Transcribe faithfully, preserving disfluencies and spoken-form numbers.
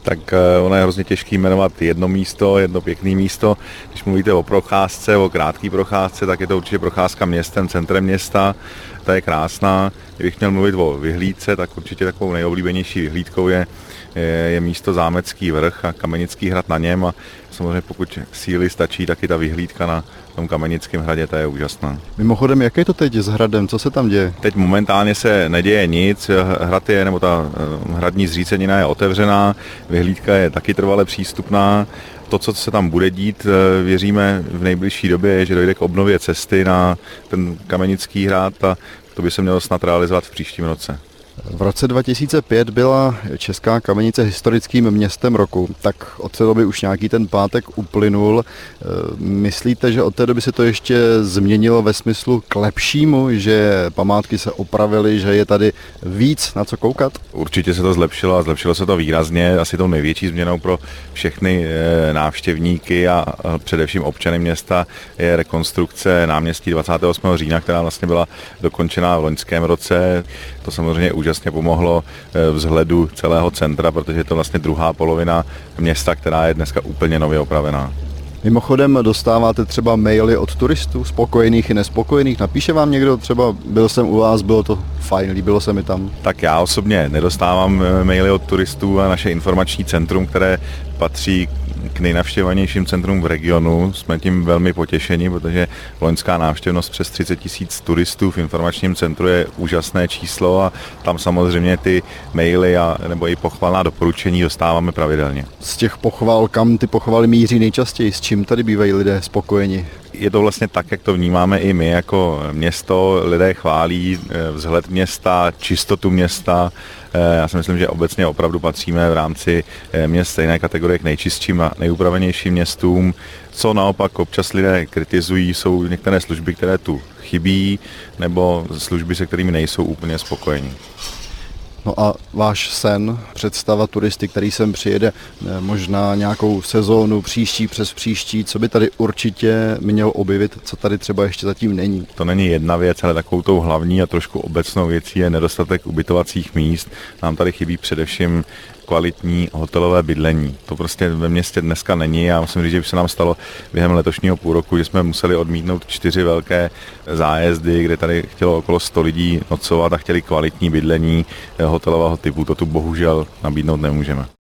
Tak ono je hrozně těžké jmenovat jedno místo, jedno pěkné místo. Když mluvíte o procházce, o krátké procházce, tak je to určitě procházka městem, centrem města. Ta je krásná. Kdybych měl mluvit o vyhlídce, tak určitě takovou nejoblíbenější vyhlídkou je, je, je místo Zámecký vrch a Kamenický hrad na něm. A samozřejmě pokud síly stačí, tak i ta vyhlídka na tom Kamenickém hradě, ta je úžasná. Mimochodem, jak je to teď s hradem? Co se tam děje? Teď momentálně se neděje nic. Hrad je, nebo ta hradní zřícenina je otevřená, vyhlídka je taky trvale přístupná. To, co se tam bude dít, věříme v nejbližší době, že dojde k obnově cesty na ten Kamenický hrad a to by se mělo snad realizovat v příštím roce. V roce dva tisíce pět byla Česká Kamenice historickým městem roku, tak od té doby už nějaký ten pátek uplynul. Myslíte, že od té doby se to ještě změnilo ve smyslu k lepšímu, že památky se opravily, že je tady víc na co koukat? Určitě se to zlepšilo a zlepšilo se to výrazně. Asi tou největší změnou pro všechny návštěvníky a především občany města je rekonstrukce náměstí dvacátého osmého října, která vlastně byla dokončena v loňském roce. To samozřejmě úžasně pomohlo vzhledu celého centra, protože je to vlastně druhá polovina města, která je dneska úplně nově opravená. Mimochodem dostáváte třeba maily od turistů, spokojených i nespokojených? Napíše vám někdo třeba, byl jsem u vás, bylo to fajn, líbilo se mi tam? Tak já osobně nedostávám maily od turistů a naše informační centrum, které patří k nejnavštěvanějším centrum v regionu. Jsme tím velmi potěšeni, protože loňská návštěvnost přes třicet tisíc turistů v informačním centru je úžasné číslo a tam samozřejmě ty maily a, nebo i pochvalná doporučení dostáváme pravidelně. Z těch pochval, kam ty pochvaly míří nejčastěji? S čím tady bývají lidé spokojeni? Je to vlastně tak, jak to vnímáme i my jako město. Lidé chválí vzhled města, čistotu města. Já si myslím, že obecně opravdu patříme v rámci měst stejné kategorie k nejčistším a nejupravenějším městům. Co naopak občas lidé kritizují, jsou některé služby, které tu chybí, nebo služby, se kterými nejsou úplně spokojení. No a váš sen, představa turisty, který sem přijede možná nějakou sezónu příští přes příští, co by tady určitě měl objevit, co tady třeba ještě zatím není? To není jedna věc, ale takovou tou hlavní a trošku obecnou věcí je nedostatek ubytovacích míst. Nám tady chybí především kvalitní hotelové bydlení. To prostě ve městě dneska není. Já musím říct, že by se nám stalo během letošního půl roku, že jsme museli odmítnout čtyři velké zájezdy, kde tady chtělo okolo sto lidí nocovat a chtěli kvalitní bydlení hotelového typu. To tu bohužel nabídnout nemůžeme.